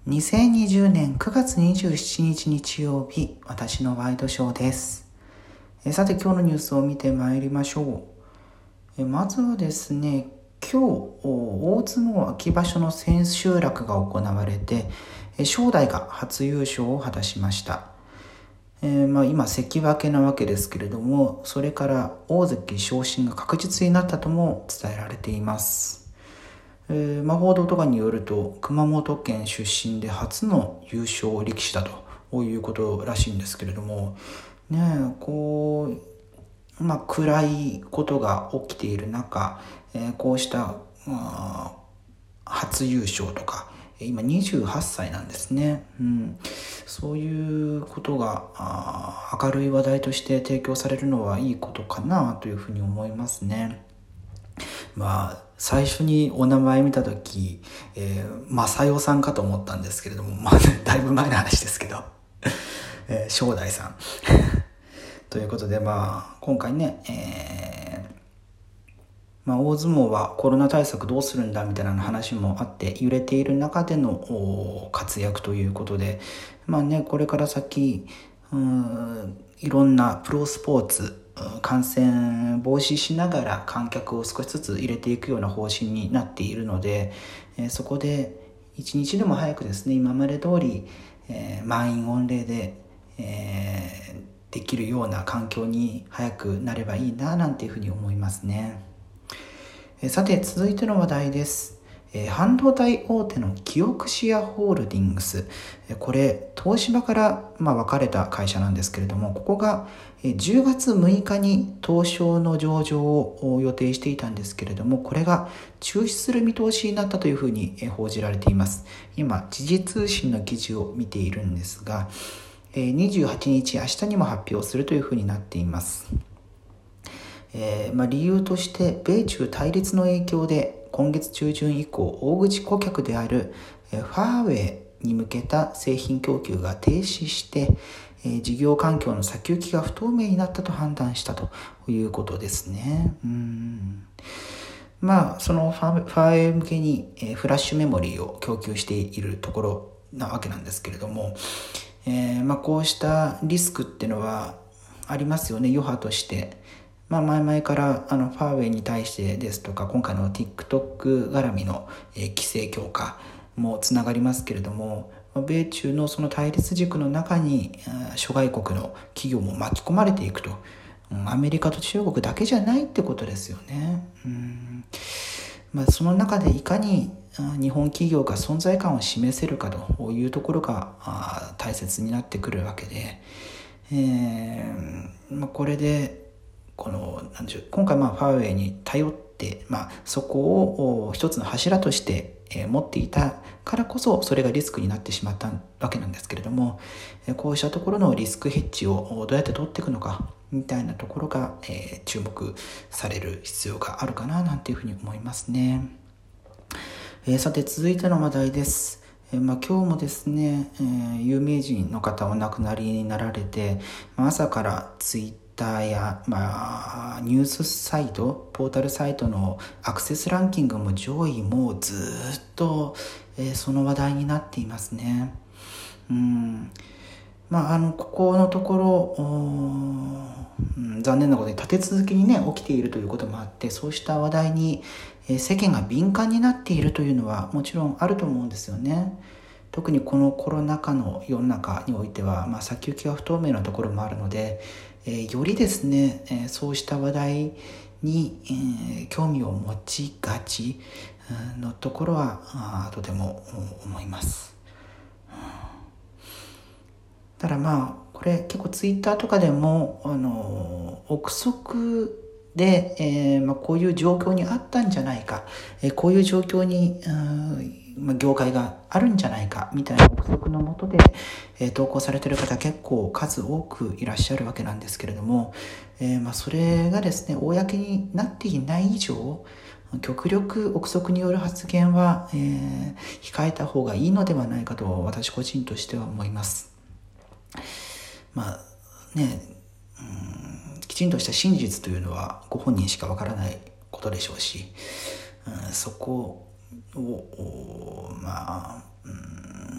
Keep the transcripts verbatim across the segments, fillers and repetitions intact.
にせんにじゅうねんくがつにじゅうしちにち日曜日、私のワイドショーです。えさて今日のニュースを見てまいりましょう。えまずはですね、今日大相撲秋場所の千秋楽が行われて、え正代が初優勝を果たしました。えーまあ、今関脇なわけですけれども、それから大関昇進が確実になったとも伝えられています。えーまあ、報道とかによると熊本県出身で初の優勝力士だということらしいんですけれどもね、えこう、まあ、暗いことが起きている中、えー、こうした、まあ、初優勝とか今にじゅうはっさいなんですね、うん、そういうことが明るい話題として提供されるのはいいことかなというふうに思いますね。まあ最初にお名前見たとき、えー、正代さんかと思ったんですけれども、まあ、だいぶ前の話ですけど、えー、正代さんということで、まあ今回ね、えーまあ、大相撲はコロナ対策どうするんだみたいな話もあって揺れている中での活躍ということで、まあね、これから先うーんいろんなプロスポーツ感染防止しながら観客を少しずつ入れていくような方針になっているので、えー、そこで一日でも早くですね、今まで通り、えー、満員御礼で、えー、できるような環境に早くなればいいななんていうふうに思いますね。えー、さて続いての話題です。えー、半導体大手のキオクシアホールディングス、えー、これ東芝から、まあ、分かれた会社なんですけれども、ここがじゅうがつむいかに東証の上場を予定していたんですけれども、これが中止する見通しになったというふうに報じられています。今時事通信の記事を見ているんですが、にじゅうはちにち明日にも発表するというふうになっています。えーまあ、理由として米中対立の影響で今月中旬以降大口顧客であるファーウェイに向けた製品供給が停止して、えー、事業環境の先行きが不透明になったと判断したということですね。うーんまあそのファーウェイ向けに、えー、フラッシュメモリーを供給しているところなわけなんですけれども、えーまあ、こうしたリスクっていうのはありますよね、余波として。まあ、前々からあのファーウェイに対してですとか、今回の TikTok 絡みの、えー、規制強化もつながりますけれども、米中のその対立軸の中に諸外国の企業も巻き込まれていくと、アメリカと中国だけじゃないってことですよね。うんまあ、その中でいかに日本企業が存在感を示せるかというところが大切になってくるわけで、えーまあ、これでこのなんでしょう、今回まあファーウェイに頼って、まあ、そこを一つの柱として持っていたからこそそれがリスクになってしまったわけなんですけれども、こうしたところのリスクヘッジをどうやって取っていくのかみたいなところが、えー、注目される必要があるかななんていうふうに思いますね。えー、さて続いての話題です。えーまあ、今日もですね、えー、有名人の方お亡くなりになられて、まあ、朝からツイッターや、まあ、ニュースサイト、ポータルサイトのアクセスランキングも上位もずっと、えー、その話題になっていますね。うんまあ、あのここのところ、うん、残念なことに立て続けにね起きているということもあって、そうした話題に、えー、世間が敏感になっているというのはもちろんあると思うんですよね。特にこのコロナ禍の世の中においては、まあ、先行きが不透明なところもあるので、えー、よりですね、えー、そうした話題に、えー、興味を持ちがちのところはとても思います。ただまあこれ結構ツイッターとかでもあの憶測で、えーまあ、こういう状況にあったんじゃないか、えー、こういう状況に、まあ、業界があるんじゃないかみたいな憶測のもとで、えー、投稿されている方結構数多くいらっしゃるわけなんですけれども、えーまあ、それがですね公になっていない以上、極力憶測による発言は、えー、控えた方がいいのではないかと私個人としては思います。まあね、うん、きちんとした真実というのはご本人しかわからないことでしょうし、うん、そこをまあ、うん、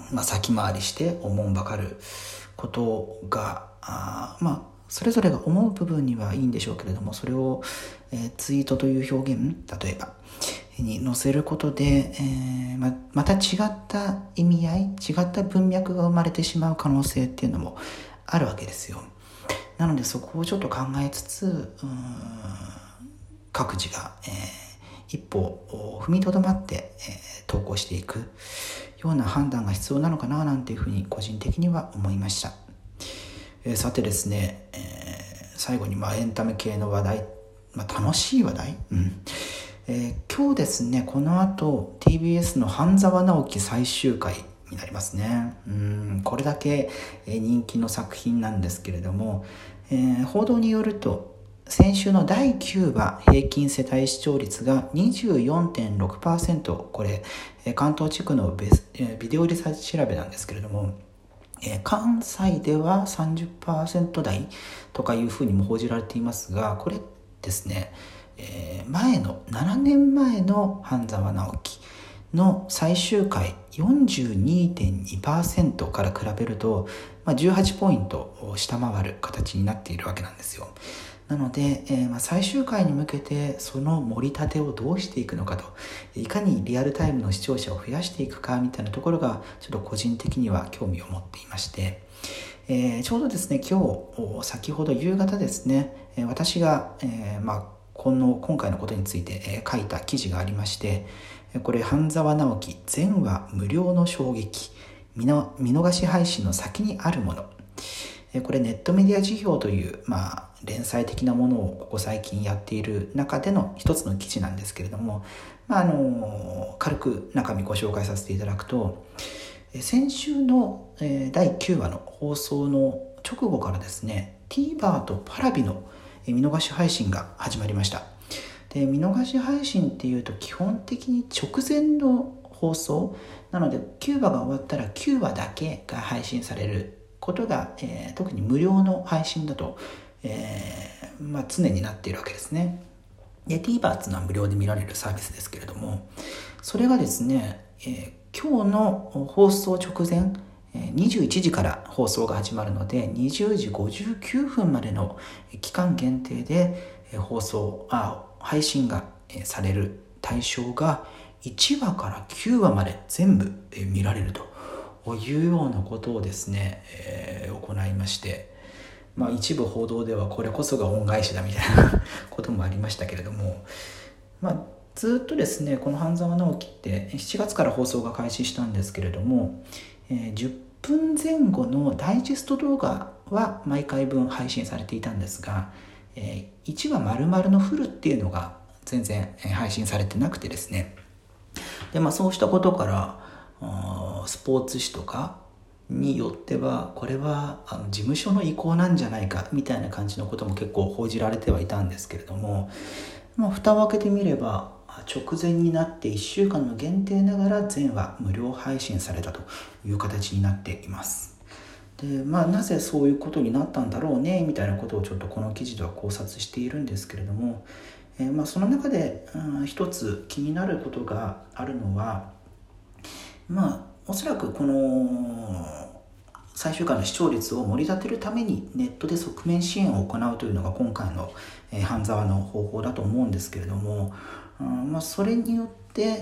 まあ、先回りしておもんばかることがあまあそれぞれが思う部分にはいいんでしょうけれども、それを、えー、ツイートという表現、例えばに載せることで、えーま、また違った意味合い、違った文脈が生まれてしまう可能性っていうのもあるわけですよ。なのでそこをちょっと考えつつ、うーん各自が、えー、一歩を踏みとどまって、えー、投稿していくような判断が必要なのかななんていうふうに個人的には思いました。えー、さてですね、えー、最後にまあエンタメ系の話題、まあ、楽しい話題、うんえー、今日ですね、この後 ティービーエス の半沢直樹最終回になりますね。うんこれだけ人気の作品なんですけれども、えー、報道によると先週のだいきゅうわ平均世帯視聴率が にじゅうよんてんろくパーセント、これ関東地区のベスビデオリサーチ調べなんですけれども、関西では さんじゅっパーセント 台とかいうふうにも報じられていますが、これですね、えー、前のななねんまえの半沢直樹の最終回 よんじゅうにてんにパーセント から比べると、まあ、じゅうはちポイントを下回る形になっているわけなんですよ。なので、えーまあ、最終回に向けてその盛り立てをどうしていくのかと、いかにリアルタイムの視聴者を増やしていくかみたいなところがちょっと個人的には興味を持っていまして、えー、ちょうどですね今日先ほど夕方ですね、私が、えーまあ、この今回のことについて書いた記事がありまして、これ半沢直樹全話無料の衝撃、見逃し配信の先にあるもの、これネットメディア辞表という、まあ、連載的なものをここ最近やっている中での一つの記事なんですけれども、まあ、あの軽く中身ご紹介させていただくと、先週のだいきゅうわの放送の直後からですね TVer と Paravi の見逃し配信が始まりました。で見逃し配信っていうと基本的に直前の放送なので、きゅうわが終わったらきゅうわだけが配信されることが、えー、特に無料の配信だと、えーまあ、常になっているわけですね。で TVer っていうのは無料で見られるサービスですけれども、それがですね、えー、今日の放送直前にじゅういちじから放送が始まるので、にじゅうじごじゅうきゅうふんまでの期間限定で放送あ配信がされる対象がいちわからきゅうわまで全部見られるというようなことをですね、えー、行いまして、まあ、一部報道ではこれこそが恩返しだみたいなこともありましたけれども、まあ、ずっとですねこの半沢直樹ってしちがつから放送が開始したんですけれども、えー、じゅっぷんぜん後のダイジェスト動画は毎回分配信されていたんですが、えー、いちわ丸々のフルっていうのが全然配信されてなくてですね、で、まあ、そうしたことからスポーツ紙とかによってはこれはあの事務所の意向なんじゃないかみたいな感じのことも結構報じられてはいたんですけれども、まあ、蓋を開けてみれば直前になっていっしゅうかんの限定ながら全話無料配信されたという形になっています。で、まあ、なぜそういうことになったんだろうねみたいなことをちょっとこの記事では考察しているんですけれども、えーまあ、その中で、うん、一つ気になることがあるのは、まあおそらくこの最終回の視聴率を盛り立てるためにネットで側面支援を行うというのが今回の、えー、半沢の方法だと思うんですけれども、うんまあ、それによって、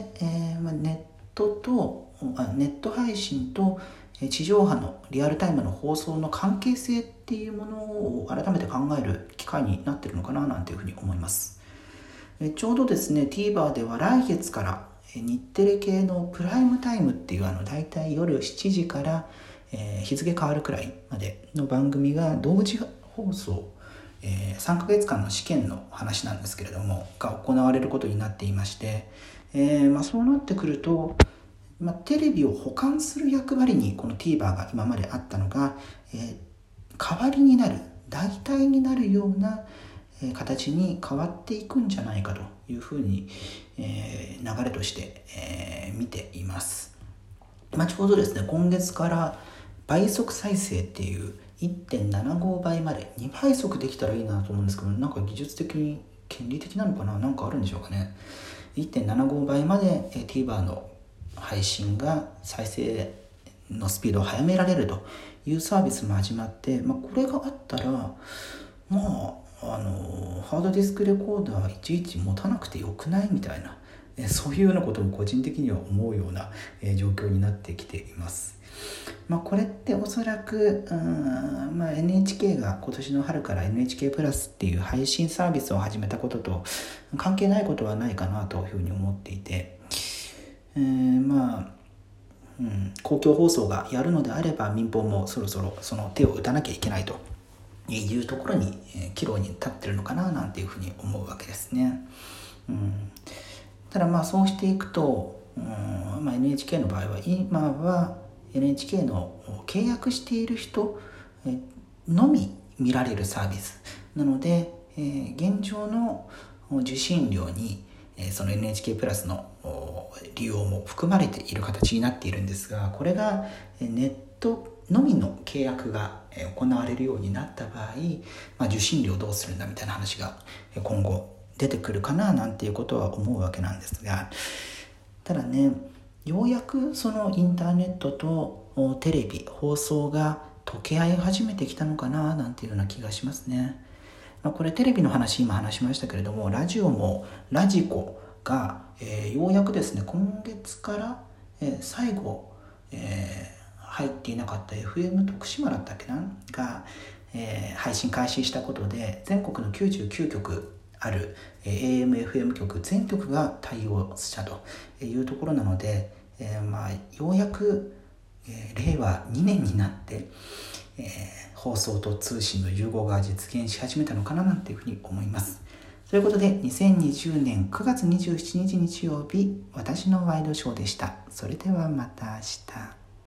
えーまあ、ネットとあネット配信と地上波のリアルタイムの放送の関係性っていうものを改めて考える機会になっているのかななんていうふうに思います。えちょうどですね TVer では来月から日テレ系のプライムタイムっていうあのだいたい夜しちじから、えー、日付変わるくらいまでの番組が同時放送、えー、さんかげつかんの試験の話なんですけれどもが行われることになっていまして、えーまあ、そうなってくると、まあ、テレビを補完する役割にこの TVer が今まであったのが、えー、代わりになる代替になるような形に変わっていくんじゃないかというふうに、えー、流れとして、えー、見ています。まあ、ちょうどですね今月から倍速再生っていう いってんななご 倍までにばい速できたらいいなと思うんですけど、なんか技術的に権利的なのかな、なんかあるんでしょうかね。 いってんななご 倍まで、えー、TVer の配信が再生のスピードを速められるというサービスも始まって、まあ、これがあったらまああのハードディスクレコーダーいちいち持たなくてよくないみたいな、えそういうようなことも個人的には思うような、え状況になってきています。まあ、これっておそらく、うんまあ、エヌエイチケー が今年の春から エヌエイチケー プラスっていう配信サービスを始めたことと関係ないことはないかなというふうに思っていて、えー、まあ、うん、公共放送がやるのであれば民放もそろそろその手を打たなきゃいけないというところに岐路に立ってるのかななんていうふうに思うわけですね。うん、ただまあそうしていくと、うんまあ、エヌエイチケー の場合は今は エヌエイチケー の契約している人のみ見られるサービスなので、えー、現状の受信料にその エヌエイチケー プラスの利用も含まれている形になっているんですが、これがネットのみの契約が行われるようになった場合、まあ、受信料どうするんだみたいな話が今後出てくるかななんていうことは思うわけなんですが、ただね、ようやくそのインターネットとテレビ放送が溶け合い始めてきたのかななんていうような気がしますね。まあ、これテレビの話今話しましたけれども、ラジオもラジコが、えー、ようやくですね今月から、えー、最後、えー入っていなかった エフエム 徳島だったっけなが、えー、配信開始したことで全国のきゅうじゅうきゅうきょくある、えー、エーエムエフエム 局全局が対応したというところなので、えーまあ、ようやく、えー、れいわにねんになって、えー、放送と通信の融合が実現し始めたのかななんていうふうに思います。ということでにせんにじゅうねんくがつにじゅうしちにち日曜日、私のワイドショーでした。それではまた明日。